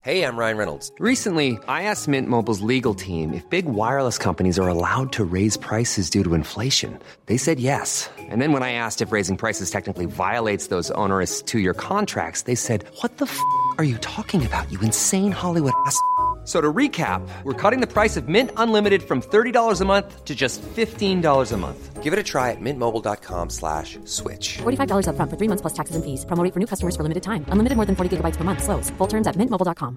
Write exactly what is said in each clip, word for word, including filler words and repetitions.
Hey, I'm Ryan Reynolds. Recently, I asked Mint Mobile's legal team if big wireless companies are allowed to raise prices due to inflation. They said yes. And then when I asked if raising prices technically violates those onerous two-year contracts, they said, what the f*** are you talking about, you insane Hollywood ass f- So to recap, we're cutting the price of Mint Unlimited from thirty dollars a month to just fifteen dollars a month. Give it a try at mintmobile.com slash switch. forty-five dollars up front for three months plus taxes and fees. Promo rate for new customers for limited time. Unlimited more than forty gigabytes per month. Slows full terms at mint mobile dot com.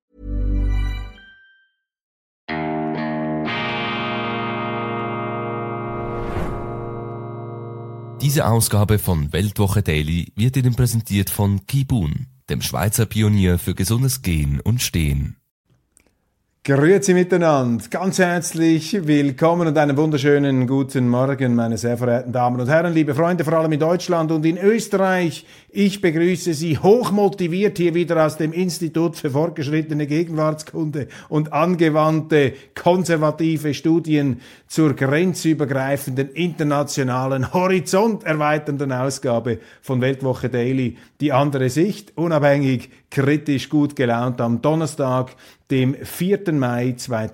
Diese Ausgabe von Weltwoche Daily wird Ihnen präsentiert von Kibun, dem Schweizer Pionier für gesundes Gehen und Stehen. Grüezi miteinander, ganz herzlich willkommen und einen wunderschönen guten Morgen, meine sehr verehrten Damen und Herren, liebe Freunde, vor allem in Deutschland und in Österreich. Ich begrüße Sie hochmotiviert hier wieder aus dem Institut für fortgeschrittene Gegenwartskunde und angewandte konservative Studien zur grenzübergreifenden, internationalen, horizonterweiternden Ausgabe von Weltwoche Daily. Die andere Sicht, unabhängig, kritisch, gut gelaunt am Donnerstag, dem vierten Mai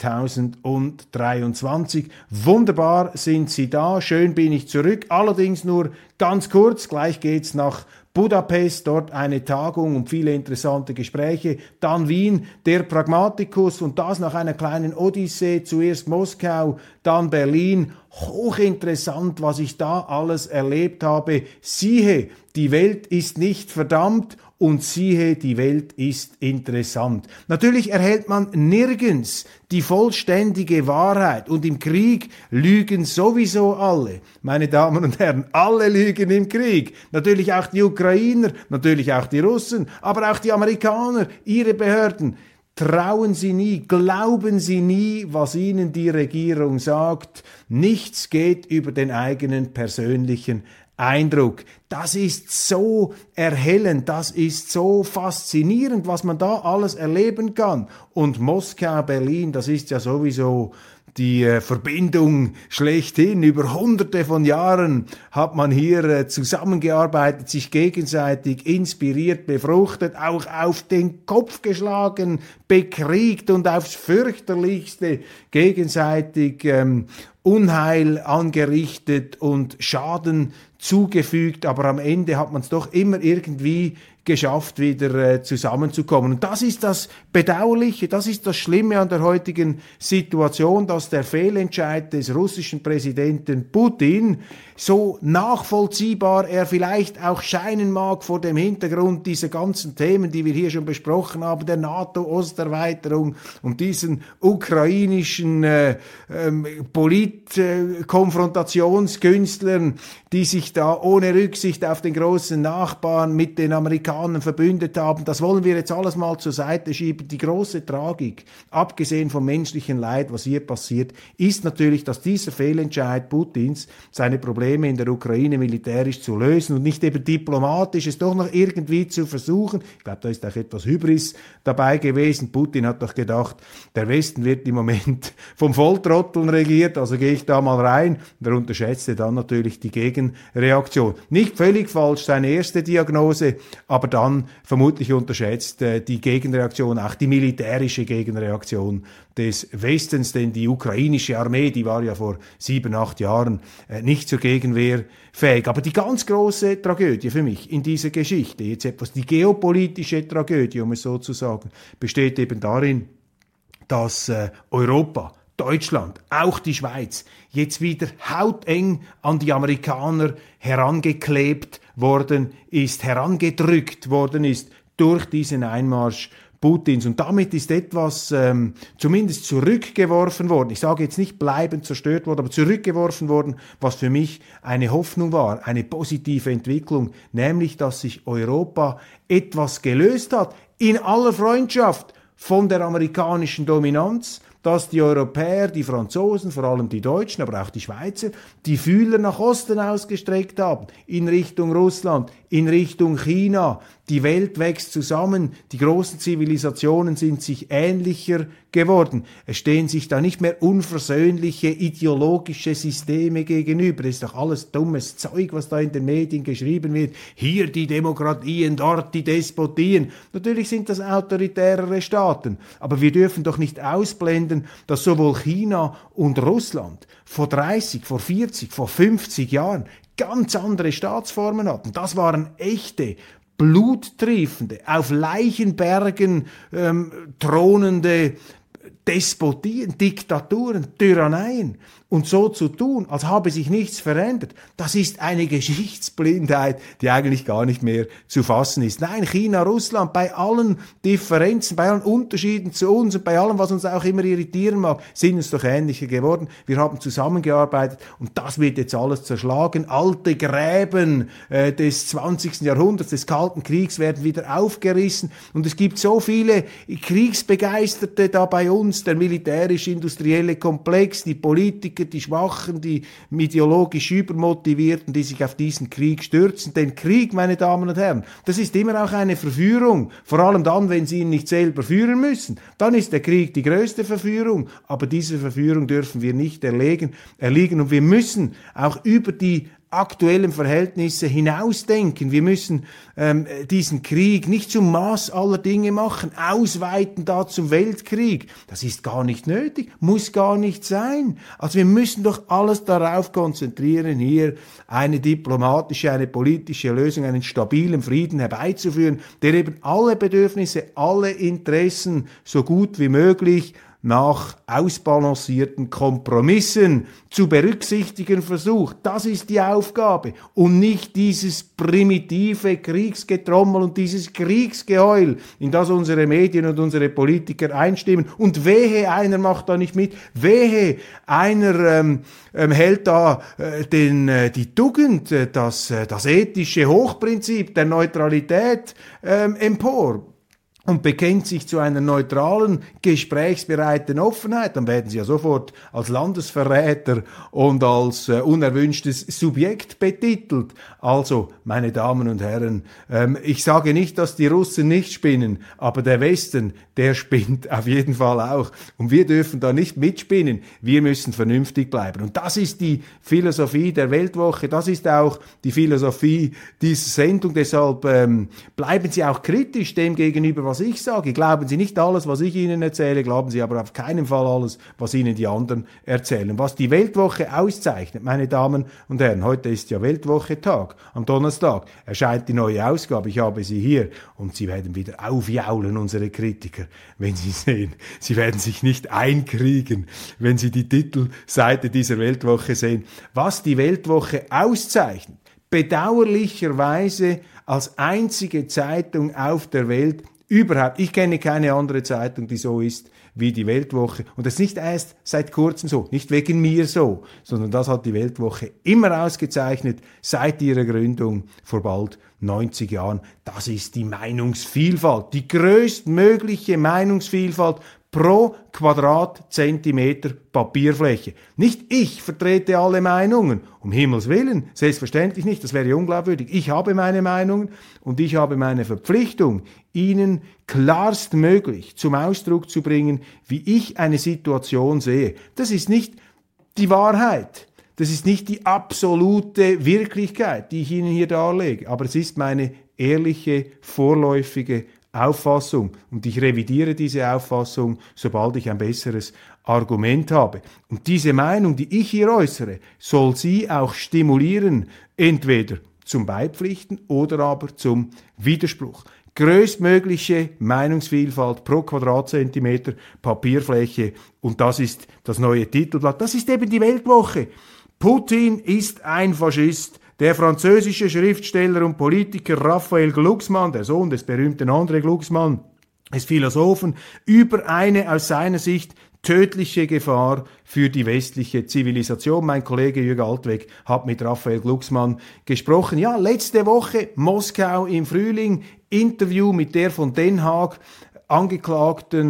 zweitausenddreiundzwanzig. Wunderbar sind Sie da, schön bin ich zurück, allerdings nur ganz kurz, gleich geht's nach Budapest, dort eine Tagung und viele interessante Gespräche, dann Wien, der Pragmatikus und das nach einer kleinen Odyssee, zuerst Moskau, dann Berlin. Hochinteressant, was ich da alles erlebt habe. Siehe, die Welt ist nicht verdammt und siehe, die Welt ist interessant. Natürlich erhält man nirgends die vollständige Wahrheit und im Krieg lügen sowieso alle. Meine Damen und Herren, alle lügen im Krieg. Natürlich auch die Ukrainer, natürlich auch die Russen, aber auch die Amerikaner, ihre Behörden. Trauen Sie nie, glauben Sie nie, was Ihnen die Regierung sagt. Nichts geht über den eigenen persönlichen Eindruck. Das ist so erhellend, das ist so faszinierend, was man da alles erleben kann. Und Moskau, Berlin, das ist ja sowieso die äh, Verbindung schlechthin. Über hunderte von Jahren hat man hier äh, zusammengearbeitet, sich gegenseitig inspiriert, befruchtet, auch auf den Kopf geschlagen, bekriegt und aufs fürchterlichste gegenseitig ähm, Unheil angerichtet und Schaden zugefügt, aber am Ende hat man es doch immer irgendwie geschafft, wieder äh, zusammenzukommen. Und das ist das Bedauerliche, das ist das Schlimme an der heutigen Situation, dass der Fehlentscheid des russischen Präsidenten Putin, so nachvollziehbar er vielleicht auch scheinen mag vor dem Hintergrund dieser ganzen Themen, die wir hier schon besprochen haben, der NATO-Osterweiterung und diesen ukrainischen äh, ähm, Polit-Konfrontationskünstlern, die sich da ohne Rücksicht auf den großen Nachbarn mit den Amerikanern verbündet haben. Das wollen wir jetzt alles mal zur Seite schieben. Die große Tragik, abgesehen vom menschlichen Leid, was hier passiert, ist natürlich, dass dieser Fehlentscheid Putins, seine Probleme in der Ukraine militärisch zu lösen und nicht eben diplomatisch, es doch noch irgendwie zu versuchen. Ich glaube, da ist auch etwas Hybris dabei gewesen. Putin hat doch gedacht, der Westen wird im Moment vom Volltrotteln regiert, also gehe ich da mal rein. Und er unterschätzte dann natürlich die Gegenreaktion. Nicht völlig falsch seine erste Diagnose, aber dann vermutlich unterschätzt äh, die Gegenreaktion, auch die militärische Gegenreaktion des Westens, denn die ukrainische Armee, die war ja vor sieben, acht Jahren äh, nicht zur Gegenwehr fähig. Aber die ganz große Tragödie für mich in dieser Geschichte, jetzt etwas die geopolitische Tragödie, um es so zu sagen, besteht eben darin, dass äh, Europa, Deutschland, auch die Schweiz, jetzt wieder hauteng an die Amerikaner herangeklebt worden ist, herangedrückt worden ist durch diesen Einmarsch Putins. Und damit ist etwas ähm, zumindest zurückgeworfen worden. Ich sage jetzt nicht bleibend zerstört worden, aber zurückgeworfen worden, was für mich eine Hoffnung war, eine positive Entwicklung, nämlich, dass sich Europa etwas gelöst hat, in aller Freundschaft von der amerikanischen Dominanz, dass die Europäer, die Franzosen, vor allem die Deutschen, aber auch die Schweizer, die Fühler nach Osten ausgestreckt haben, in Richtung Russland, in Richtung China. Die Welt wächst zusammen, die großen Zivilisationen sind sich ähnlicher geworden. Es stehen sich da nicht mehr unversöhnliche ideologische Systeme gegenüber. Das ist doch alles dummes Zeug, was da in den Medien geschrieben wird. Hier die Demokratien, dort die Despotien. Natürlich sind das autoritärere Staaten, aber wir dürfen doch nicht ausblenden, dass sowohl China und Russland vor dreißig, vor vierzig, vor fünfzig Jahren ganz andere Staatsformen hatten. Das waren echte, bluttriefende, auf Leichenbergen ähm, thronende Despotien, Diktaturen, Tyranneien. Und so zu tun, als habe sich nichts verändert, das ist eine Geschichtsblindheit, die eigentlich gar nicht mehr zu fassen ist. Nein, China, Russland, bei allen Differenzen, bei allen Unterschieden zu uns und bei allem, was uns auch immer irritieren mag, sind uns doch ähnlicher geworden. Wir haben zusammengearbeitet und das wird jetzt alles zerschlagen. Alte Gräben äh, des zwanzigsten Jahrhunderts, des Kalten Kriegs werden wieder aufgerissen und es gibt so viele Kriegsbegeisterte da bei uns, der militärisch-industrielle Komplex, die Politiker, die Schwachen, die ideologisch Übermotivierten, die sich auf diesen Krieg stürzen. Denn Krieg, meine Damen und Herren, das ist immer auch eine Verführung. Vor allem dann, wenn Sie ihn nicht selber führen müssen. Dann ist der Krieg die größte Verführung. Aber diese Verführung dürfen wir nicht erlegen, erliegen. Und wir müssen auch über die aktuellen Verhältnisse hinausdenken. Wir müssen ähm, diesen Krieg nicht zum Maß aller Dinge machen, ausweiten da zum Weltkrieg. Das ist gar nicht nötig, muss gar nicht sein. Also wir müssen doch alles darauf konzentrieren, hier eine diplomatische, eine politische Lösung, einen stabilen Frieden herbeizuführen, der eben alle Bedürfnisse, alle Interessen so gut wie möglich nach ausbalancierten Kompromissen zu berücksichtigen versucht. Das ist die Aufgabe und nicht dieses primitive Kriegsgetrommel und dieses Kriegsgeheul, in das unsere Medien und unsere Politiker einstimmen. Und wehe, einer macht da nicht mit, wehe, einer ähm, ähm, hält da äh, den, äh, die Tugend, äh, das, äh, das ethische Hochprinzip der Neutralität ähm, empor und bekennt sich zu einer neutralen, gesprächsbereiten Offenheit, dann werden Sie ja sofort als Landesverräter und als äh, unerwünschtes Subjekt betitelt. Also, meine Damen und Herren, ähm, ich sage nicht, dass die Russen nicht spinnen, aber der Westen, der spinnt auf jeden Fall auch. Und wir dürfen da nicht mitspinnen, wir müssen vernünftig bleiben. Und das ist die Philosophie der Weltwoche, das ist auch die Philosophie dieser Sendung. Deshalb ähm, bleiben Sie auch kritisch dem gegenüber, was ich sage. Glauben Sie nicht alles, was ich Ihnen erzähle, glauben Sie aber auf keinen Fall alles, was Ihnen die anderen erzählen. Was die Weltwoche auszeichnet, meine Damen und Herren, heute ist ja Weltwoche-Tag. Am Donnerstag erscheint die neue Ausgabe. Ich habe sie hier und Sie werden wieder aufjaulen, unsere Kritiker, wenn Sie sehen. Sie werden sich nicht einkriegen, wenn Sie die Titelseite dieser Weltwoche sehen. Was die Weltwoche auszeichnet, bedauerlicherweise als einzige Zeitung auf der Welt überhaupt, ich kenne keine andere Zeitung, die so ist wie die Weltwoche. Und das ist nicht erst seit kurzem so, nicht wegen mir so, sondern das hat die Weltwoche immer ausgezeichnet, seit ihrer Gründung vor bald neunzig Jahren. Das ist die Meinungsvielfalt, die größtmögliche Meinungsvielfalt pro Quadratzentimeter Papierfläche. Nicht ich vertrete alle Meinungen, um Himmels Willen, selbstverständlich nicht, das wäre unglaubwürdig. Ich habe meine Meinungen und ich habe meine Verpflichtung, Ihnen klarstmöglich zum Ausdruck zu bringen, wie ich eine Situation sehe. Das ist nicht die Wahrheit, das ist nicht die absolute Wirklichkeit, die ich Ihnen hier darlege, aber es ist meine ehrliche, vorläufige Auffassung und ich revidiere diese Auffassung, sobald ich ein besseres Argument habe. Und diese Meinung, die ich hier äußere, soll Sie auch stimulieren, entweder zum Beipflichten oder aber zum Widerspruch. Größtmögliche Meinungsvielfalt pro Quadratzentimeter Papierfläche und das ist das neue Titelblatt. Das ist eben die Weltwoche. Putin ist ein Faschist. Der französische Schriftsteller und Politiker Raphael Glucksmann, der Sohn des berühmten André Glucksmann, des Philosophen, über eine aus seiner Sicht tödliche Gefahr für die westliche Zivilisation. Mein Kollege Jürg Altweg hat mit Raphael Glucksmann gesprochen. Ja, letzte Woche Moskau im Frühling, Interview mit der von Den Haag angeklagten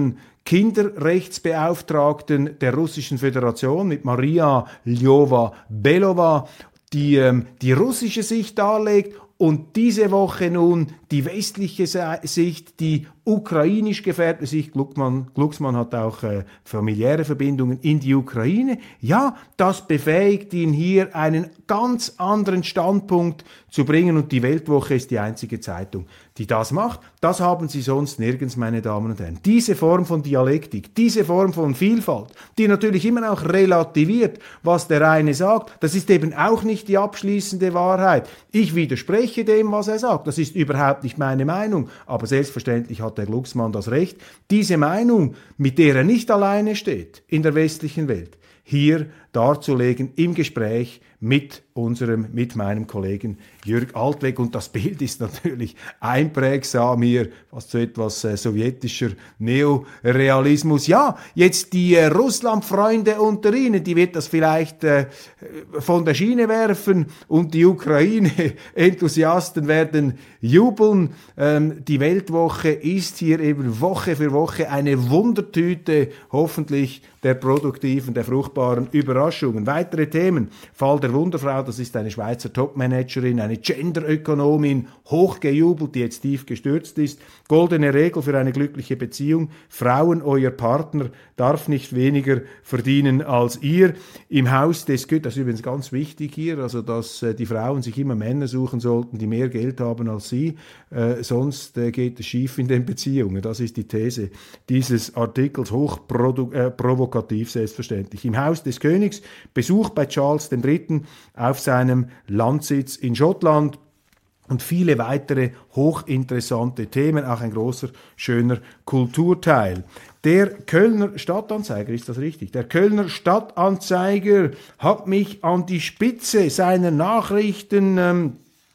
Kinderrechtsbeauftragten der Russischen Föderation, mit Maria Lvova-Belova, die ähm, die russische Sicht darlegt, und diese Woche nun die westliche Sicht, die ukrainisch gefärbte Sicht. Glucksmann, Glucksmann hat auch äh, familiäre Verbindungen in die Ukraine. Ja, das befähigt ihn hier, einen ganz anderen Standpunkt zu bringen, und die Weltwoche ist die einzige Zeitung, die das macht. Das haben Sie sonst nirgends, meine Damen und Herren. Diese Form von Dialektik, diese Form von Vielfalt, die natürlich immer auch relativiert, was der eine sagt, das ist eben auch nicht die abschließende Wahrheit. Ich widerspreche dem, was er sagt. Das ist überhaupt nicht meine Meinung, aber selbstverständlich hat der Glucksmann das Recht, diese Meinung, mit der er nicht alleine steht in der westlichen Welt, hier darzulegen im Gespräch mit unserem, mit meinem Kollegen Jürg Altweg. Und das Bild ist natürlich einprägsam hier, fast so etwas äh, sowjetischer Neorealismus. Ja, jetzt die äh, Russland-Freunde unter Ihnen, die wird das vielleicht äh, von der Schiene werfen, und die Ukraine-Enthusiasten werden jubeln. Ähm, die Weltwoche ist hier eben Woche für Woche eine Wundertüte, hoffentlich der produktiven, der fruchtbaren Überraschungen. Weitere Themen: Fall der Wunderfrau, das ist eine Schweizer Topmanagerin, eine Genderökonomin, hochgejubelt, die jetzt tief gestürzt ist. Goldene Regel für eine glückliche Beziehung: Frauen, euer Partner darf nicht weniger verdienen als ihr. Im Haus des Götters, das ist übrigens ganz wichtig hier, also dass äh, die Frauen sich immer Männer suchen sollten, die mehr Geld haben als sie, äh, sonst äh, geht es schief in den Beziehungen. Das ist die These dieses Artikels, hochprovokativ äh, selbstverständlich. Im Haus des Königs, Besuch bei Charles der Dritte auf seinem Landsitz in Schottland und viele weitere hochinteressante Themen, auch ein großer, schöner Kulturteil. Der Kölner Stadtanzeiger, ist das richtig? Der Kölner Stadtanzeiger hat mich an die Spitze seiner Nachrichten ähm,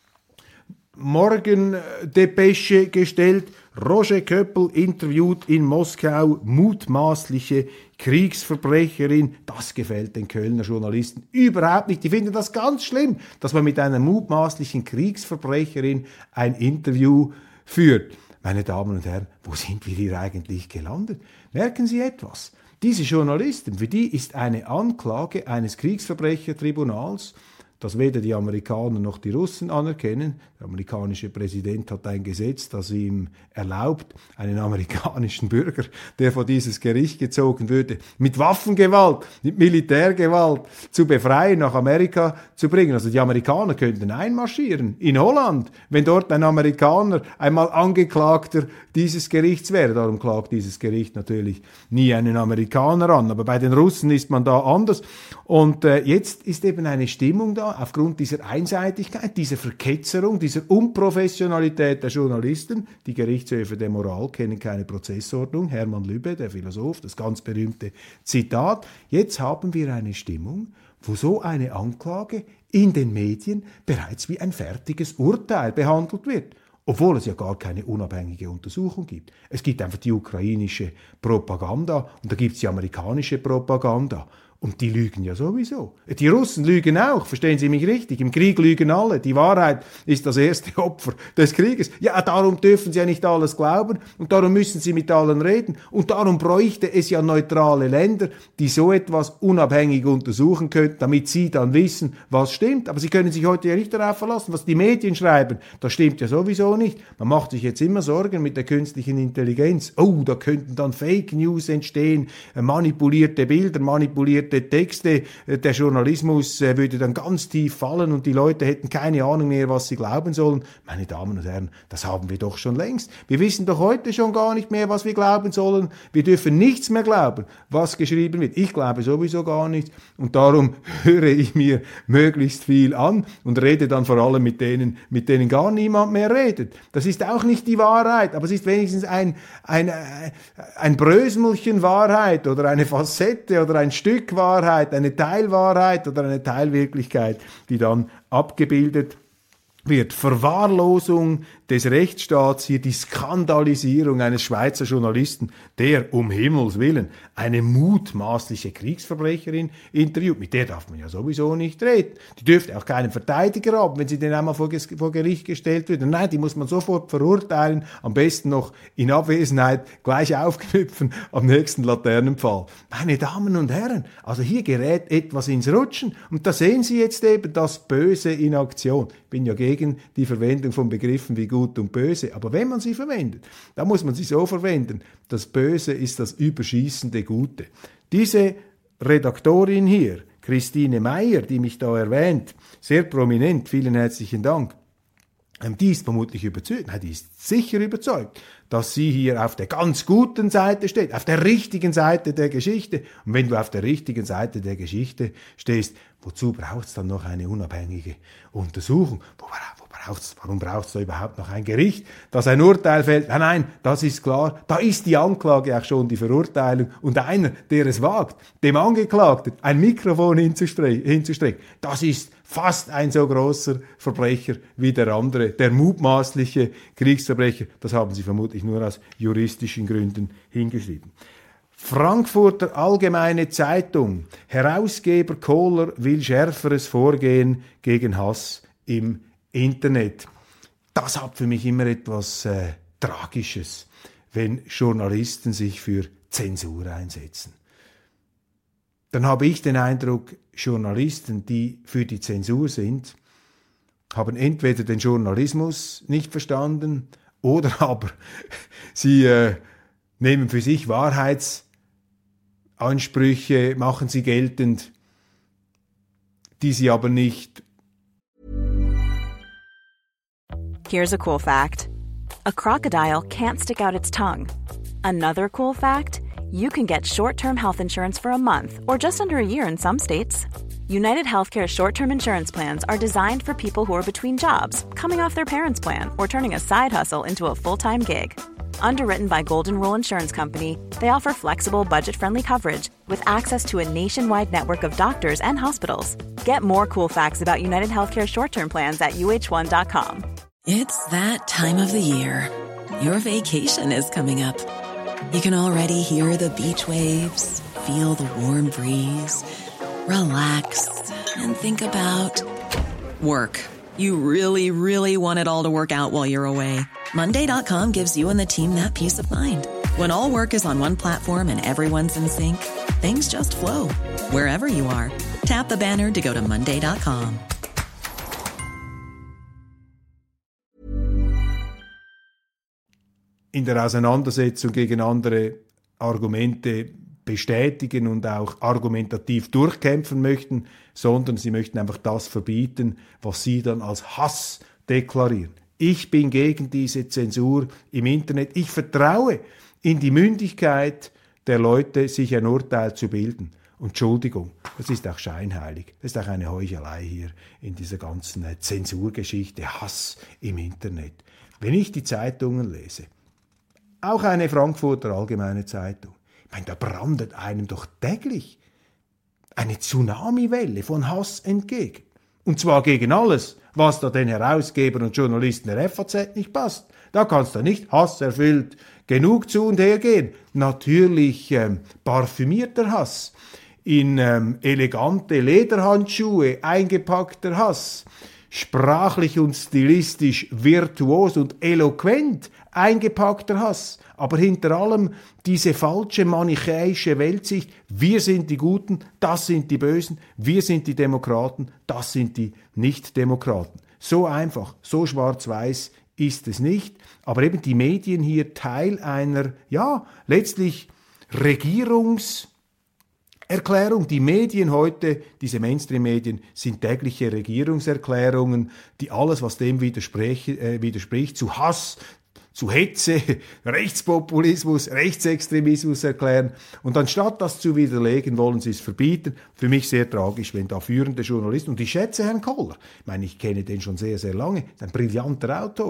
Morgendepesche gestellt. Roger Köppel interviewt in Moskau mutmaßliche Kriegsverbrecherin. Das gefällt den Kölner Journalisten überhaupt nicht. Die finden das ganz schlimm, dass man mit einer mutmaßlichen Kriegsverbrecherin ein Interview führt. Meine Damen und Herren, wo sind wir hier eigentlich gelandet? Merken Sie etwas? Diese Journalisten, für die ist eine Anklage eines Kriegsverbrechertribunals, das weder die Amerikaner noch die Russen anerkennen. Der amerikanische Präsident hat ein Gesetz, das ihm erlaubt, einen amerikanischen Bürger, der vor dieses Gericht gezogen würde, mit Waffengewalt, mit Militärgewalt zu befreien, nach Amerika zu bringen. Also die Amerikaner könnten einmarschieren in Holland, wenn dort ein Amerikaner einmal Angeklagter dieses Gerichts wäre. Darum klagt dieses Gericht natürlich nie einen Amerikaner an. Aber bei den Russen ist man da anders. Und äh, jetzt ist eben eine Stimmung da, aufgrund dieser Einseitigkeit, dieser Verketzerung, dieser Unprofessionalität der Journalisten. Die Gerichtshöfe der Moral kennen keine Prozessordnung. Hermann Lübbe, der Philosoph, das ganz berühmte Zitat. Jetzt haben wir eine Stimmung, wo so eine Anklage in den Medien bereits wie ein fertiges Urteil behandelt wird. Obwohl es ja gar keine unabhängige Untersuchung gibt. Es gibt einfach die ukrainische Propaganda und da gibt es die amerikanische Propaganda. Und die lügen ja sowieso. Die Russen lügen auch, verstehen Sie mich richtig. Im Krieg lügen alle. Die Wahrheit ist das erste Opfer des Krieges. Ja, darum dürfen Sie ja nicht alles glauben und darum müssen Sie mit allen reden. Und darum bräuchte es ja neutrale Länder, die so etwas unabhängig untersuchen könnten, damit Sie dann wissen, was stimmt. Aber Sie können sich heute ja nicht darauf verlassen, was die Medien schreiben. Das stimmt ja sowieso nicht. Man macht sich jetzt immer Sorgen mit der künstlichen Intelligenz. Oh, da könnten dann Fake News entstehen, manipulierte Bilder, manipulierte Texte, der Journalismus würde dann ganz tief fallen und die Leute hätten keine Ahnung mehr, was sie glauben sollen. Meine Damen und Herren, das haben wir doch schon längst. Wir wissen doch heute schon gar nicht mehr, was wir glauben sollen. Wir dürfen nichts mehr glauben, was geschrieben wird. Ich glaube sowieso gar nichts und darum höre ich mir möglichst viel an und rede dann vor allem mit denen, mit denen gar niemand mehr redet. Das ist auch nicht die Wahrheit, aber es ist wenigstens ein, ein, ein Bröselchen Wahrheit oder eine Facette oder ein Stück Wahrheit, eine Teilwahrheit oder eine Teilwirklichkeit, die dann abgebildet wird. Verwahrlosung des Rechtsstaats hier die Skandalisierung eines Schweizer Journalisten, der um Himmels Willen eine mutmaßliche Kriegsverbrecherin interviewt. Mit der darf man ja sowieso nicht reden. Die dürfte auch keinen Verteidiger haben, wenn sie den einmal vor, vor Gericht gestellt wird. Nein, die muss man sofort verurteilen, am besten noch in Abwesenheit gleich aufknüpfen am nächsten Laternenpfahl. Meine Damen und Herren, also hier gerät etwas ins Rutschen und da sehen Sie jetzt eben das Böse in Aktion. Ich bin ja gegen die Verwendung von Begriffen wie gut und böse, aber wenn man sie verwendet, dann muss man sie so verwenden. Das Böse ist das überschießende Gute. Diese Redaktorin hier, Christine Meyer, die mich da erwähnt, sehr prominent, vielen herzlichen Dank, die ist vermutlich überzeugt, nein, die ist sicher überzeugt, dass sie hier auf der ganz guten Seite steht, auf der richtigen Seite der Geschichte. Und wenn du auf der richtigen Seite der Geschichte stehst, wozu braucht es dann noch eine unabhängige Untersuchung? Wo, wo braucht's, warum braucht es da überhaupt noch ein Gericht, das ein Urteil fällt? Nein, nein, das ist klar, da ist die Anklage auch schon die Verurteilung. Und einer, der es wagt, dem Angeklagten ein Mikrofon hinzustrecken, das ist fast ein so großer Verbrecher wie der andere, der mutmaßliche Kriegsverbrecher. Das haben sie vermutlich nur aus juristischen Gründen hingeschrieben. Frankfurter Allgemeine Zeitung. Herausgeber Kohler will schärferes Vorgehen gegen Hass im Internet. Das hat für mich immer etwas äh, Tragisches, wenn Journalisten sich für Zensur einsetzen. Dann habe ich den Eindruck, Journalisten, die für die Zensur sind, haben entweder den Journalismus nicht verstanden oder aber sie äh, nehmen für sich Wahrheitsansprüche, machen sie geltend, die sie aber nicht. Here's a cool fact. A crocodile can't stick out its tongue. Another cool fact, you can get short-term health insurance for a month or just under a year in some states. United Healthcare short-term insurance plans are designed for people who are between jobs, coming off their parents' plan, or turning a side hustle into a full-time gig. Underwritten by Golden Rule Insurance Company, they offer flexible, budget-friendly coverage with access to a nationwide network of doctors and hospitals. Get more cool facts about United Healthcare short-term plans at U H one dot com. It's that time of the year. Your vacation is coming up. You can already hear the beach waves, feel the warm breeze, relax, and think about work. You really, really want it all to work out while you're away. Monday dot com gives you and the team that peace of mind. When all work is on one platform and everyone's in sync, things just flow. Wherever you are, tap the banner to go to Monday dot com. In der Auseinandersetzung gegen andere Argumente bestätigen und auch argumentativ durchkämpfen möchten, sondern sie möchten einfach das verbieten, was sie dann als Hass deklarieren. Ich bin gegen diese Zensur im Internet. Ich vertraue in die Mündigkeit der Leute, sich ein Urteil zu bilden. Und Entschuldigung, das ist auch scheinheilig. Das ist auch eine Heuchelei hier in dieser ganzen Zensurgeschichte, Hass im Internet. Wenn ich die Zeitungen lese, auch eine Frankfurter Allgemeine Zeitung, ich meine, da brandet einem doch täglich eine Tsunamiwelle von Hass entgegen. Und zwar gegen alles, was da den Herausgebern und Journalisten der F A Z nicht passt. Da kannst du nicht hasserfüllt genug zu und her gehen. Natürlich ähm, parfümierter Hass, in ähm, elegante Lederhandschuhe eingepackter Hass, sprachlich und stilistisch virtuos und eloquent eingepackter Hass, aber hinter allem diese falsche manichäische Weltsicht, wir sind die Guten, das sind die Bösen, wir sind die Demokraten, das sind die Nicht-Demokraten. So einfach, so schwarz-weiß ist es nicht, aber eben die Medien hier Teil einer, ja, letztlich Regierungserklärung. Die Medien heute, diese Mainstream-Medien, sind tägliche Regierungserklärungen, die alles, was dem widerspricht, äh, widerspricht zu Hass, zu Hetze, Rechtspopulismus, Rechtsextremismus erklären. Und anstatt das zu widerlegen, wollen sie es verbieten. Für mich sehr tragisch, wenn da führende Journalisten, und ich schätze Herrn Kohler, ich meine, ich kenne den schon sehr, sehr lange, ein brillanter Autor,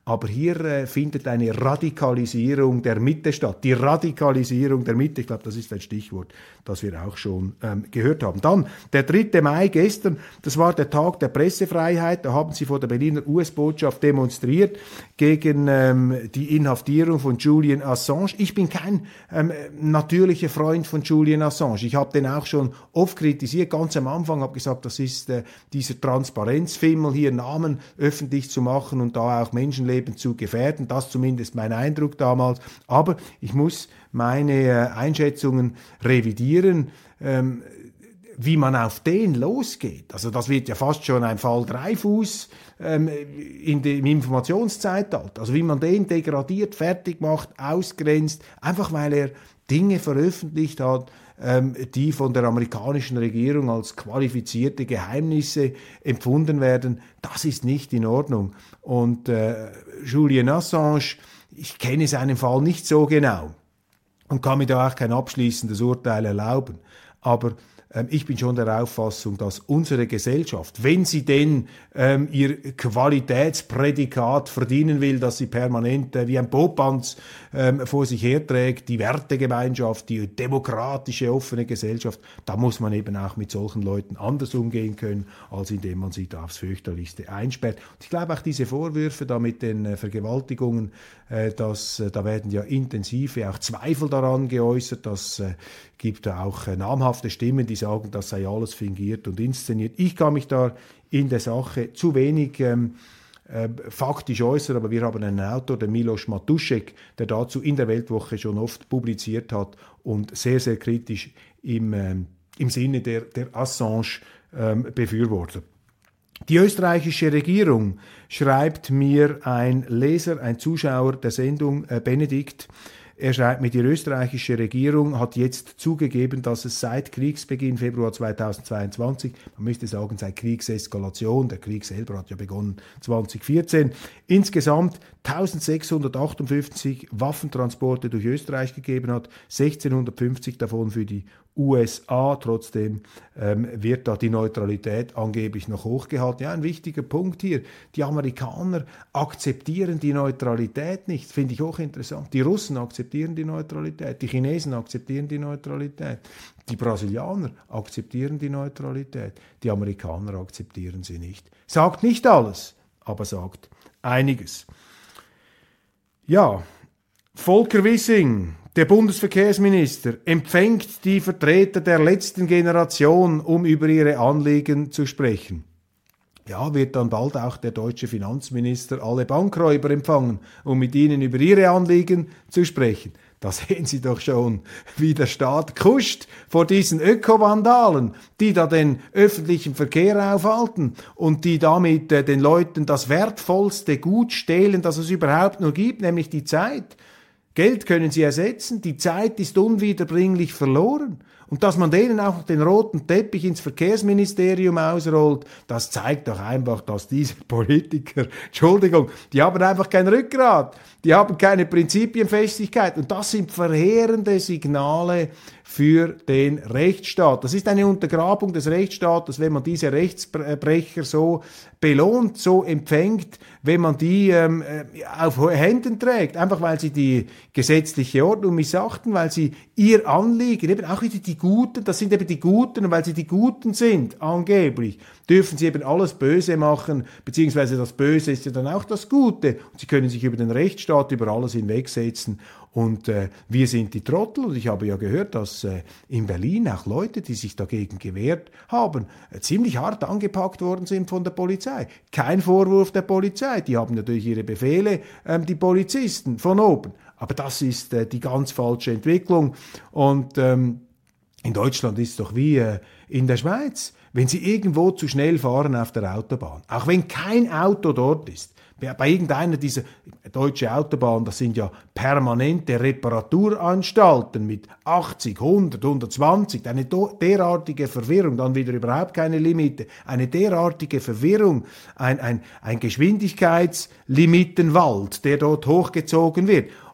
Aber hier äh, findet eine Radikalisierung der Mitte statt. Die Radikalisierung der Mitte, ich glaube, das ist ein Stichwort, das wir auch schon ähm, gehört haben. Dann der dritte Mai gestern, das war der Tag der Pressefreiheit. Da haben sie vor der Berliner U S-Botschaft demonstriert gegen ähm, die Inhaftierung von Julian Assange. Ich bin kein ähm, natürlicher Freund von Julian Assange. Ich habe den auch schon oft kritisiert, ganz am Anfang, habe gesagt, das ist äh, dieser Transparenzfimmel, hier Namen öffentlich zu machen und da auch Menschenleben zu gefährden. Das zumindest mein Eindruck damals. Aber ich muss meine äh, Einschätzungen revidieren, ähm, wie man auf den losgeht. Also das wird ja fast schon ein Fall Dreifuß ähm, in dem Informationszeitalter. Also wie man den degradiert, fertig macht, ausgrenzt, einfach weil er Dinge veröffentlicht hat, ähm, die von der amerikanischen Regierung als qualifizierte Geheimnisse empfunden werden. Das ist nicht in Ordnung. Und äh, Julian Assange, ich kenne seinen Fall nicht so genau und kann mir da auch kein abschließendes Urteil erlauben. Aber ähm, ich bin schon der Auffassung, dass unsere Gesellschaft, wenn sie denn ähm, ihr Qualitätsprädikat verdienen will, dass sie permanent äh, wie ein Popanz ähm, vor sich herträgt, die Wertegemeinschaft, die demokratische, offene Gesellschaft, da muss man eben auch mit solchen Leuten anders umgehen können, als indem man sie da aufs Fürchterlichste einsperrt. Und ich glaube auch diese Vorwürfe da mit den äh, Vergewaltigungen, äh, dass, äh, da werden ja intensive auch Zweifel daran geäußert, dass äh, gibt da auch äh, namhafte Stimmen, die sagen, das sei alles fingiert und inszeniert. Ich kann mich da in der Sache zu wenig ähm, äh, faktisch äußern, aber wir haben einen Autor, den Miloš Matušek, der dazu in der Weltwoche schon oft publiziert hat und sehr, sehr kritisch im, ähm, im Sinne der, der Assange-Befürworter. Ähm, Die österreichische Regierung, schreibt mir ein Leser, ein Zuschauer der Sendung, äh, Benedikt, er schreibt mir, die österreichische Regierung hat jetzt zugegeben, dass es seit Kriegsbeginn Februar zweitausendzweiundzwanzig, man müsste sagen seit Kriegseskalation, der Krieg selber hat ja begonnen zwanzig vierzehn, insgesamt eintausendsechshundertachtundfünfzig Waffentransporte durch Österreich gegeben hat, sechzehnhundertfünfzig davon für die U S A, trotzdem ähm, wird da die Neutralität angeblich noch hochgehalten. Ja, ein wichtiger Punkt hier, die Amerikaner akzeptieren die Neutralität nicht, finde ich hochinteressant. Die Russen akzeptieren die Neutralität, die Chinesen akzeptieren die Neutralität, die Brasilianer akzeptieren die Neutralität, die Amerikaner akzeptieren sie nicht. Sagt nicht alles, aber sagt einiges. Ja, Volker Wissing, der Bundesverkehrsminister, empfängt die Vertreter der letzten Generation, um über ihre Anliegen zu sprechen. Ja, wird dann bald auch der deutsche Finanzminister alle Bankräuber empfangen, um mit ihnen über ihre Anliegen zu sprechen. Da sehen Sie doch schon, wie der Staat kuscht vor diesen Ökovandalen, die da den öffentlichen Verkehr aufhalten und die damit äh, den Leuten das wertvollste Gut stehlen, das es überhaupt nur gibt, nämlich die Zeit. Geld können sie ersetzen, die Zeit ist unwiederbringlich verloren. Und dass man denen auch noch den roten Teppich ins Verkehrsministerium ausrollt, das zeigt doch einfach, dass diese Politiker, Entschuldigung, die haben einfach kein Rückgrat, die haben keine Prinzipienfestigkeit. Und das sind verheerende Signale für den Rechtsstaat. Das ist eine Untergrabung des Rechtsstaates, wenn man diese Rechtsbrecher so belohnt, so empfängt, wenn man die ähm, auf Händen trägt, einfach weil sie die gesetzliche Ordnung missachten, weil sie ihr Anliegen, eben auch wieder die Guten, das sind eben die Guten, und weil sie die Guten sind, angeblich, dürfen sie eben alles Böse machen, beziehungsweise das Böse ist ja dann auch das Gute. Und sie können sich über den Rechtsstaat, über alles hinwegsetzen. Und äh, wir sind die Trottel. Und ich habe ja gehört, dass äh, in Berlin auch Leute, die sich dagegen gewehrt haben, äh, ziemlich hart angepackt worden sind von der Polizei. Kein Vorwurf der Polizei. Die haben natürlich ihre Befehle, ähm, die Polizisten von oben. Aber das ist äh, die ganz falsche Entwicklung. Und ähm, in Deutschland ist es doch wie äh, in der Schweiz. Wenn Sie irgendwo zu schnell fahren auf der Autobahn, auch wenn kein Auto dort ist, bei irgendeiner dieser deutsche Autobahnen, das sind ja permanente Reparaturanstalten mit achtzig, hundert, hundertzwanzig, eine derartige Verwirrung, dann wieder überhaupt keine Limite, eine derartige Verwirrung, ein, ein, ein Geschwindigkeitslimitenwald, der dort hochgezogen wird.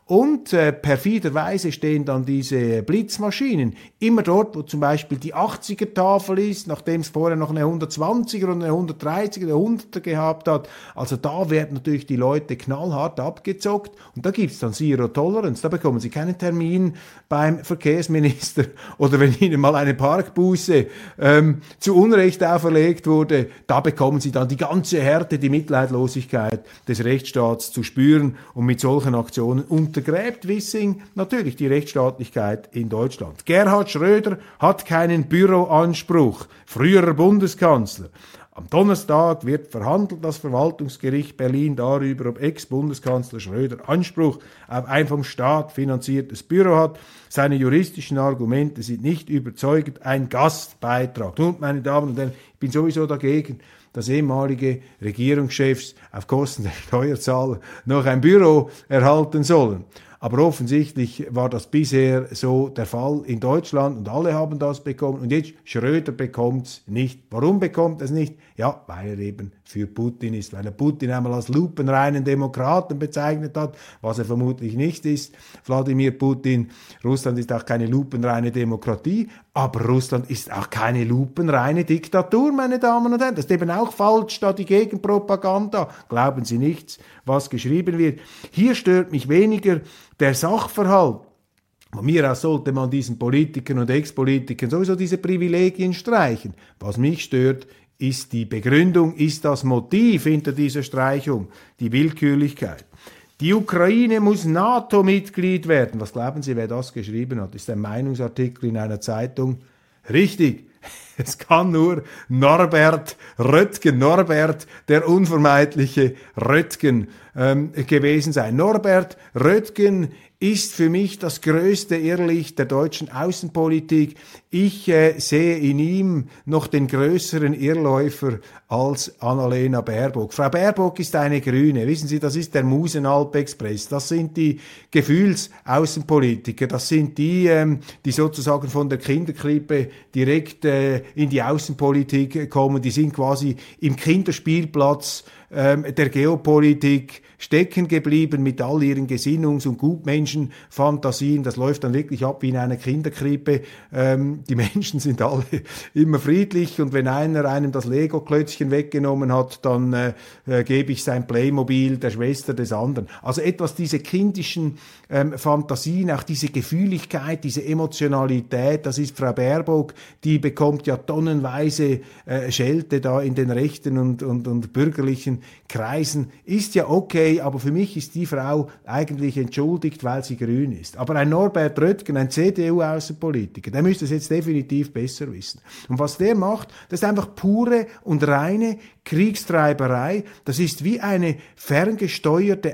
Und äh, perfiderweise stehen dann diese Blitzmaschinen immer dort, wo zum Beispiel die achtziger-Tafel ist, nachdem es vorher noch eine hundertzwanziger und eine hundertdreißiger, eine hunderter gehabt hat. Also da werden natürlich die Leute knallhart abgezockt und da gibt's dann Zero Tolerance. Da bekommen sie keinen Termin beim Verkehrsminister oder wenn ihnen mal eine Parkbuße ähm, zu Unrecht auferlegt wurde, da bekommen sie dann die ganze Härte, die Mitleidlosigkeit des Rechtsstaats zu spüren und mit solchen Aktionen untergräbt Wissing natürlich die Rechtsstaatlichkeit in Deutschland. Gerhard Schröder hat keinen Büroanspruch, früherer Bundeskanzler. Am Donnerstag wird verhandelt das Verwaltungsgericht Berlin darüber, ob Ex-Bundeskanzler Schröder Anspruch auf ein vom Staat finanziertes Büro hat. Seine juristischen Argumente sind nicht überzeugend. Ein Gastbeitrag. Nun, meine Damen und Herren, ich bin sowieso dagegen, dass ehemalige Regierungschefs auf Kosten der Steuerzahler noch ein Büro erhalten sollen. Aber offensichtlich war das bisher so der Fall in Deutschland und alle haben das bekommen. Und jetzt Schröder bekommt es nicht. Warum bekommt er es nicht? Ja, weil er eben für Putin ist, weil er Putin einmal als lupenreinen Demokraten bezeichnet hat, was er vermutlich nicht ist. Wladimir Putin, Russland ist auch keine lupenreine Demokratie, aber Russland ist auch keine lupenreine Diktatur, meine Damen und Herren. Das ist eben auch falsch, da die Gegenpropaganda. Glauben Sie nichts, was geschrieben wird. Hier stört mich weniger der Sachverhalt. Von mir aus sollte man diesen Politikern und Ex-Politikern sowieso diese Privilegien streichen. Was mich stört, ist die Begründung, ist das Motiv hinter dieser Streichung, die Willkürlichkeit. Die Ukraine muss NATO-Mitglied werden. Was glauben Sie, wer das geschrieben hat? Ist ein Meinungsartikel in einer Zeitung. Richtig. Es kann nur Norbert Röttgen, Norbert, der unvermeidliche Röttgen, ähm, gewesen sein. Norbert Röttgen ist für mich das größte Irrlicht der deutschen Außenpolitik. Ich äh, sehe in ihm noch den größeren Irrläufer als Annalena Baerbock. Frau Baerbock ist eine Grüne. Wissen Sie, das ist der Musenalp-Express. Das sind die Gefühlsaußenpolitiker. Das sind die, ähm, die sozusagen von der Kinderkrippe direkt äh, in die Außenpolitik kommen. Die sind quasi im Kinderspielplatz ähm, der Geopolitik stecken geblieben mit all ihren Gesinnungs- und Gutmenschenfantasien. Das läuft dann wirklich ab wie in einer Kinderkrippe. Ähm, die Menschen sind alle immer friedlich und wenn einer einem das Lego-Klötzchen weggenommen hat, dann äh, äh, gebe ich sein Playmobil der Schwester des anderen. Also etwas diese kindischen ähm, Fantasien, auch diese Gefühligkeit, diese Emotionalität, das ist Frau Baerbock, die bekommt ja tonnenweise äh, Schelte da in den rechten und, und, und bürgerlichen Kreisen. Ist ja okay, aber für mich ist die Frau eigentlich entschuldigt, weil sie grün ist. Aber ein Norbert Röttgen, ein C D U-Außenpolitiker, der müsste es jetzt definitiv besser wissen. Und was der macht, das ist einfach pure und reine Kriegstreiberei. Das ist wie eine ferngesteuerte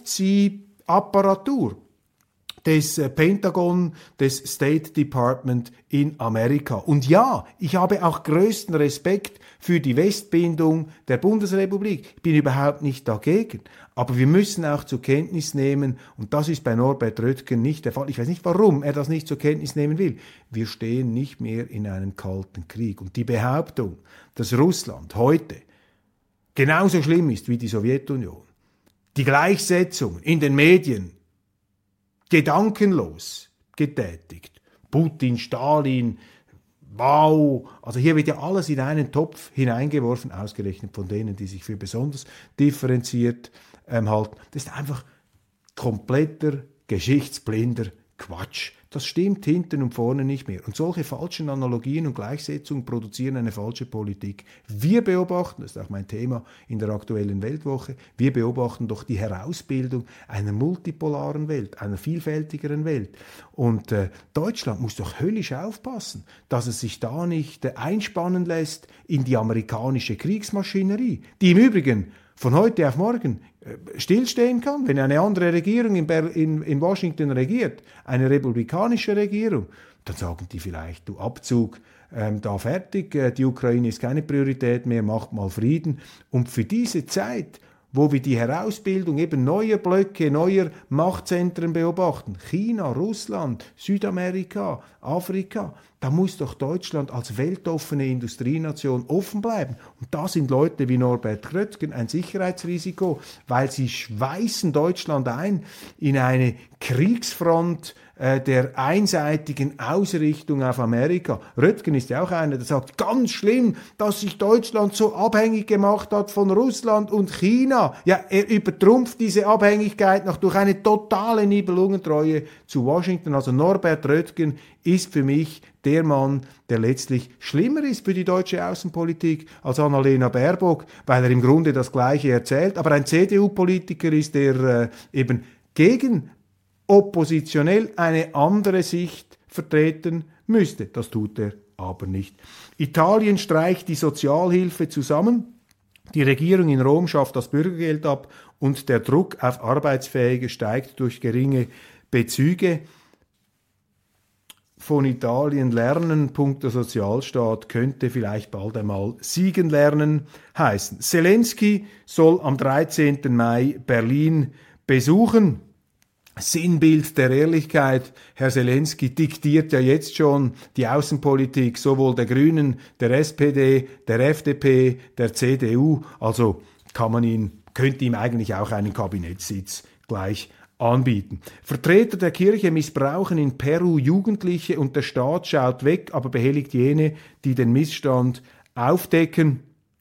Aufziehapparatur des Pentagon, des State Department in Amerika. Und ja, ich habe auch größten Respekt für die Westbindung der Bundesrepublik. Ich bin überhaupt nicht dagegen. Aber wir müssen auch zur Kenntnis nehmen, und das ist bei Norbert Röttgen nicht der Fall, ich weiß nicht, warum er das nicht zur Kenntnis nehmen will, wir stehen nicht mehr in einem kalten Krieg. Und die Behauptung, dass Russland heute genauso schlimm ist wie die Sowjetunion, die Gleichsetzung in den Medien gedankenlos getätigt, Putin, Stalin, wow, also hier wird ja alles in einen Topf hineingeworfen, ausgerechnet von denen, die sich für besonders differenziert ähm, halten. Das ist einfach kompletter, geschichtsblinder Quatsch. Das stimmt hinten und vorne nicht mehr. Und solche falschen Analogien und Gleichsetzungen produzieren eine falsche Politik. Wir beobachten, das ist auch mein Thema in der aktuellen Weltwoche, wir beobachten doch die Herausbildung einer multipolaren Welt, einer vielfältigeren Welt. Und äh, Deutschland muss doch höllisch aufpassen, dass es sich da nicht äh, einspannen lässt in die amerikanische Kriegsmaschinerie, die im Übrigen von heute auf morgen stillstehen kann, wenn eine andere Regierung in, Ber- in, in Washington regiert, eine republikanische Regierung, dann sagen die vielleicht, du Abzug, ähm, da fertig, äh, die Ukraine ist keine Priorität mehr, macht mal Frieden. Und für diese Zeit, wo wir die Herausbildung eben neuer Blöcke, neuer Machtzentren beobachten. China, Russland, Südamerika, Afrika. Da muss doch Deutschland als weltoffene Industrienation offen bleiben. Und da sind Leute wie Norbert Röttgen ein Sicherheitsrisiko, weil sie schweißen Deutschland ein in eine Kriegsfront äh, der einseitigen Ausrichtung auf Amerika. Röttgen ist ja auch einer, der sagt, ganz schlimm, dass sich Deutschland so abhängig gemacht hat von Russland und China. Ja, er übertrumpft diese Abhängigkeit noch durch eine totale Nibelungentreue zu Washington. Also Norbert Röttgen ist für mich der Mann, der letztlich schlimmer ist für die deutsche Außenpolitik als Annalena Baerbock, weil er im Grunde das Gleiche erzählt, aber ein C D U-Politiker ist, der äh, eben gegen oppositionell eine andere Sicht vertreten müsste. Das tut er aber nicht. Italien streicht die Sozialhilfe zusammen, die Regierung in Rom schafft das Bürgergeld ab und der Druck auf Arbeitsfähige steigt durch geringe Bezüge. Von Italien lernen, punkto Sozialstaat, könnte vielleicht bald einmal siegen lernen heißen. Zelensky soll am dreizehnten Mai Berlin besuchen. Sinnbild der Ehrlichkeit. Herr Zelensky diktiert ja jetzt schon die Außenpolitik sowohl der Grünen, der S P D, der F D P, der C D U. Also kann man ihn, könnte ihm eigentlich auch einen Kabinettssitz gleich anbieten. Vertreter der Kirche missbrauchen in Peru Jugendliche und der Staat schaut weg, aber behelligt jene, die den Missstand aufdecken.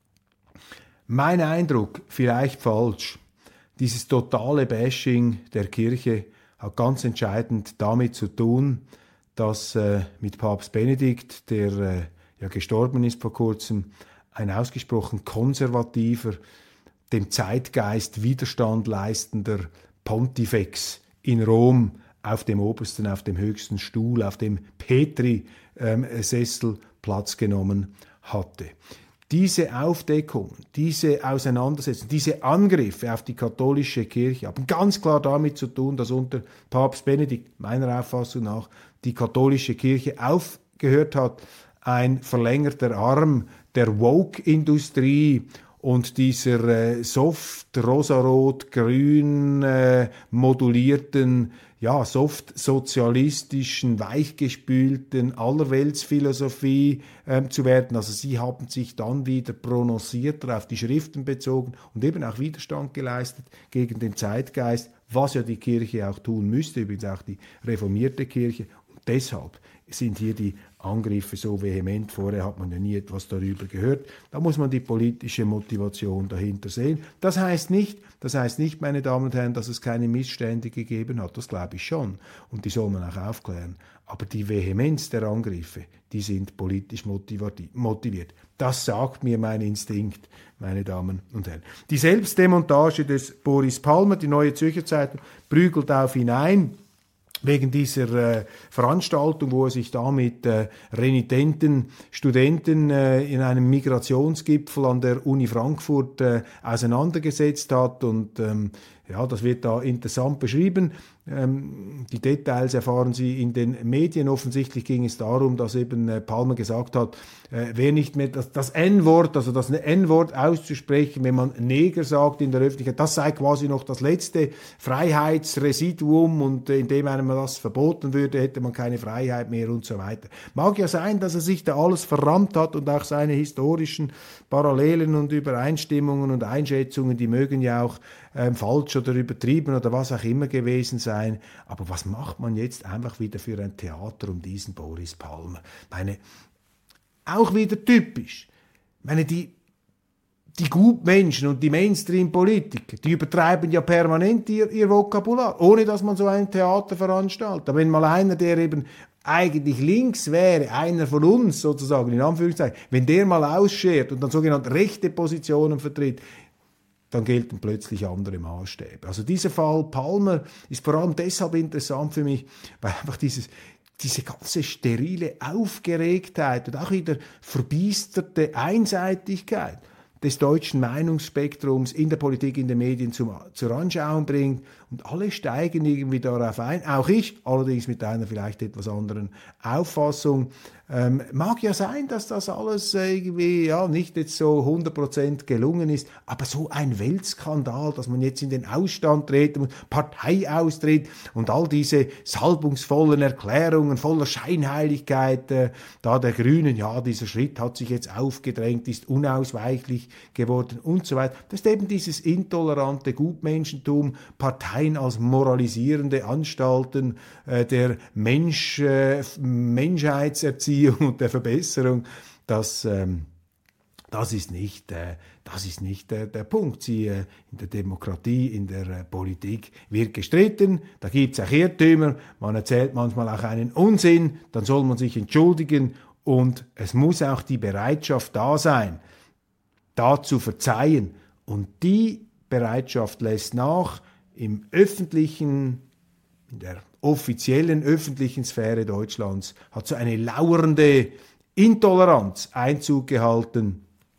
Mein Eindruck, vielleicht falsch, dieses totale Bashing der Kirche hat ganz entscheidend damit zu tun, dass äh, mit Papst Benedikt, der äh, ja gestorben ist vor kurzem, ein ausgesprochen konservativer, dem Zeitgeist Widerstand leistender Pontifex in Rom auf dem obersten, auf dem höchsten Stuhl, auf dem Petri-Sessel ähm, Platz genommen hatte. Diese Aufdeckung, diese Auseinandersetzung, diese Angriffe auf die katholische Kirche haben ganz klar damit zu tun, dass unter Papst Benedikt, meiner Auffassung nach, die katholische Kirche aufgehört hat, ein verlängerter Arm der Woke-Industrie und dieser äh, soft rosarot-grün äh, modulierten, ja, soft sozialistischen, weichgespülten Allerweltsphilosophie äh, zu werden. Also sie haben sich dann wieder prononcierter auf die Schriften bezogen und eben auch Widerstand geleistet gegen den Zeitgeist, was ja die Kirche auch tun müsste, übrigens auch die reformierte Kirche. Und deshalb sind hier die Angriffe so vehement. Vorher hat man ja nie etwas darüber gehört. Da muss man die politische Motivation dahinter sehen. Das heißt nicht, das heißt nicht, meine Damen und Herren, dass es keine Missstände gegeben hat. Das glaube ich schon. Und die soll man auch aufklären. Aber die Vehemenz der Angriffe, die sind politisch motiviert. Das sagt mir mein Instinkt, meine Damen und Herren. Die Selbstdemontage des Boris Palmer, die Neue Zürcher Zeitung, prügelt auf ihn ein. Wegen dieser äh, Veranstaltung, wo er sich da mit äh, renitenten Studenten äh, in einem Migrationsgipfel an der Uni Frankfurt äh, auseinandergesetzt hat. Und ähm, ja, das wird da interessant beschrieben. Ähm, die Details erfahren Sie in den Medien. Offensichtlich ging es darum, dass eben äh, Palmer gesagt hat, äh, wer nicht mehr das, das N-Wort, also das N-Wort auszusprechen, wenn man Neger sagt in der Öffentlichkeit, das sei quasi noch das letzte Freiheitsresiduum und äh, indem einem das verboten würde, hätte man keine Freiheit mehr und so weiter. Mag ja sein, dass er sich da alles verrammt hat und auch seine historischen Parallelen und Übereinstimmungen und Einschätzungen, die mögen ja auch ähm, falsch oder übertrieben oder was auch immer gewesen sein. Aber was macht man jetzt einfach wieder für ein Theater um diesen Boris Palmer? Meine, auch wieder typisch. Meine, die, die Gutmenschen und die Mainstream-Politiker, die übertreiben ja permanent ihr, ihr Vokabular, ohne dass man so ein Theater veranstaltet. Aber wenn mal einer, der eben eigentlich links wäre, einer von uns sozusagen, in Anführungszeichen, wenn der mal ausschert und dann sogenannte rechte Positionen vertritt, dann gelten plötzlich andere Maßstäbe. Also dieser Fall Palmer ist vor allem deshalb interessant für mich, weil einfach dieses, diese ganze sterile Aufgeregtheit und auch wieder verbiesterte Einseitigkeit des deutschen Meinungsspektrums in der Politik, in den Medien zum, zur Anschauung bringt. Und alle steigen irgendwie darauf ein, auch ich, allerdings mit einer vielleicht etwas anderen Auffassung. Ähm, mag ja sein, dass das alles irgendwie ja nicht jetzt so hundert Prozent gelungen ist, aber so ein Weltskandal, dass man jetzt in den Ausstand treten muss, Partei austritt und all diese salbungsvollen Erklärungen voller Scheinheiligkeit, äh, da der Grünen, ja, dieser Schritt hat sich jetzt aufgedrängt, ist unausweichlich geworden und so weiter. Das ist eben dieses intolerante Gutmenschentum, Parteien als moralisierende Anstalten äh, der Mensch, äh, Menschheitserziehung und der Verbesserung, das, ähm, das ist nicht, äh, das ist nicht äh, der Punkt. Sie, äh, in der Demokratie, in der äh, Politik wird gestritten, da gibt es auch Irrtümer, man erzählt manchmal auch einen Unsinn, dann soll man sich entschuldigen und es muss auch die Bereitschaft da sein, da zu verzeihen. Und die Bereitschaft lässt nach im öffentlichen, in der offiziellen öffentlichen Sphäre Deutschlands hat so eine lauernde Intoleranz Einzug gehalten,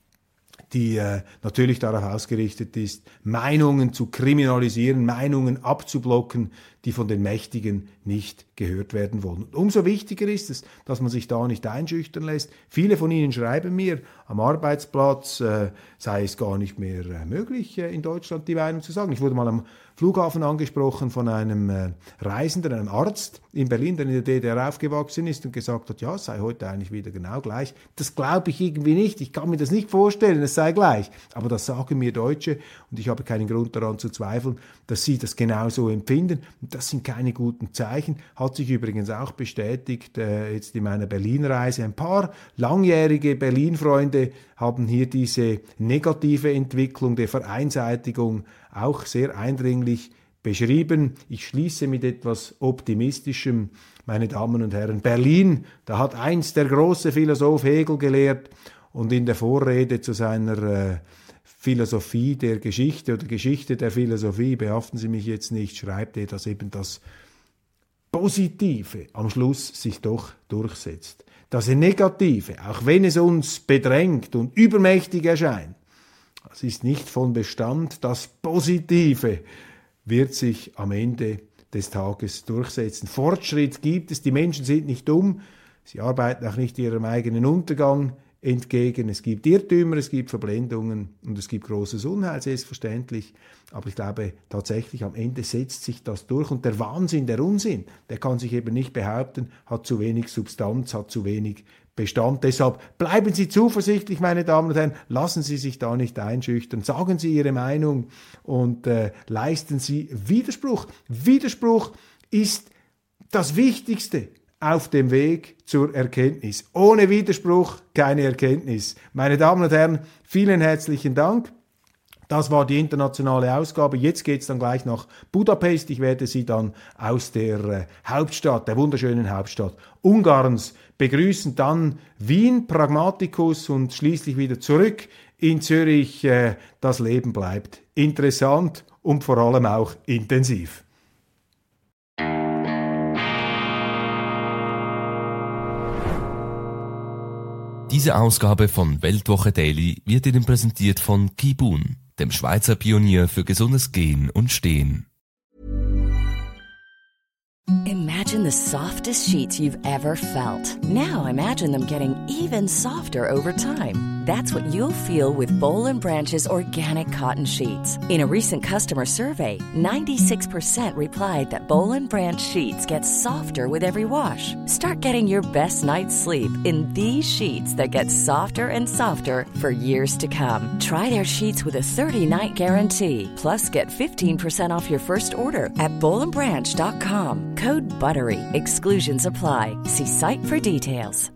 die äh, natürlich darauf ausgerichtet ist, Meinungen zu kriminalisieren, Meinungen abzublocken, die von den Mächtigen nicht gehört werden wollen. Und umso wichtiger ist es, dass man sich da nicht einschüchtern lässt. Viele von Ihnen schreiben mir, am Arbeitsplatz äh, sei es gar nicht mehr äh, möglich, äh, in Deutschland die Meinung zu sagen. Ich wurde mal am Flughafen angesprochen von einem äh, Reisenden, einem Arzt in Berlin, der in der D D R aufgewachsen ist und gesagt hat, ja, es sei heute eigentlich wieder genau gleich. Das glaube ich irgendwie nicht. Ich kann mir das nicht vorstellen, es sei gleich. Aber das sagen mir Deutsche und ich habe keinen Grund daran zu zweifeln, dass sie das genauso empfinden. Und das sind keine guten Zeichen. Hat sich übrigens auch bestätigt, äh, jetzt in meiner Berlin-Reise. Ein paar langjährige Berlin-Freunde haben hier diese negative Entwicklung der Vereinseitigung auch sehr eindringlich beschrieben. Ich schließe mit etwas Optimistischem, meine Damen und Herren. Berlin, da hat einst der große Philosoph Hegel gelehrt und in der Vorrede zu seiner äh, Philosophie der Geschichte oder Geschichte der Philosophie, behaften Sie mich jetzt nicht, schreibt er, dass eben das Positive am Schluss sich doch durchsetzt. Das Negative, auch wenn es uns bedrängt und übermächtig erscheint, das ist nicht von Bestand. Das Positive wird sich am Ende des Tages durchsetzen. Fortschritt gibt es, die Menschen sind nicht dumm, sie arbeiten auch nicht ihrem eigenen Untergang entgegen. Es gibt Irrtümer, es gibt Verblendungen und es gibt großes Unheil, selbstverständlich. Aber ich glaube tatsächlich, am Ende setzt sich das durch. Und der Wahnsinn, der Unsinn, der kann sich eben nicht behaupten, hat zu wenig Substanz, hat zu wenig Bestand. Deshalb bleiben Sie zuversichtlich, meine Damen und Herren, lassen Sie sich da nicht einschüchtern, sagen Sie Ihre Meinung und äh, leisten Sie Widerspruch. Widerspruch ist das Wichtigste auf dem Weg zur Erkenntnis. Ohne Widerspruch keine Erkenntnis. Meine Damen und Herren, vielen herzlichen Dank. Das war die internationale Ausgabe. Jetzt geht's dann gleich nach Budapest. Ich werde Sie dann aus der äh, Hauptstadt, der wunderschönen Hauptstadt Ungarns begrüßen. Dann Wien, Pragmaticus und schließlich wieder zurück in Zürich. Äh, das Leben bleibt interessant und vor allem auch intensiv. Diese Ausgabe von Weltwoche Daily wird Ihnen präsentiert von Kibun, dem Schweizer Pionier für gesundes Gehen und Stehen. Imagine the softest sheets you've ever felt. Now imagine them getting even softer over time. That's what you'll feel with Boll and Branch's organic cotton sheets. In a recent customer survey, ninety-six percent replied that Boll and Branch sheets get softer with every wash. Start getting your best night's sleep in these sheets that get softer and softer for years to come. Try their sheets with a thirty-night guarantee. Plus, get fifteen percent off your first order at boll and branch dot com. Code BUTTERY. Exclusions apply. See site for details.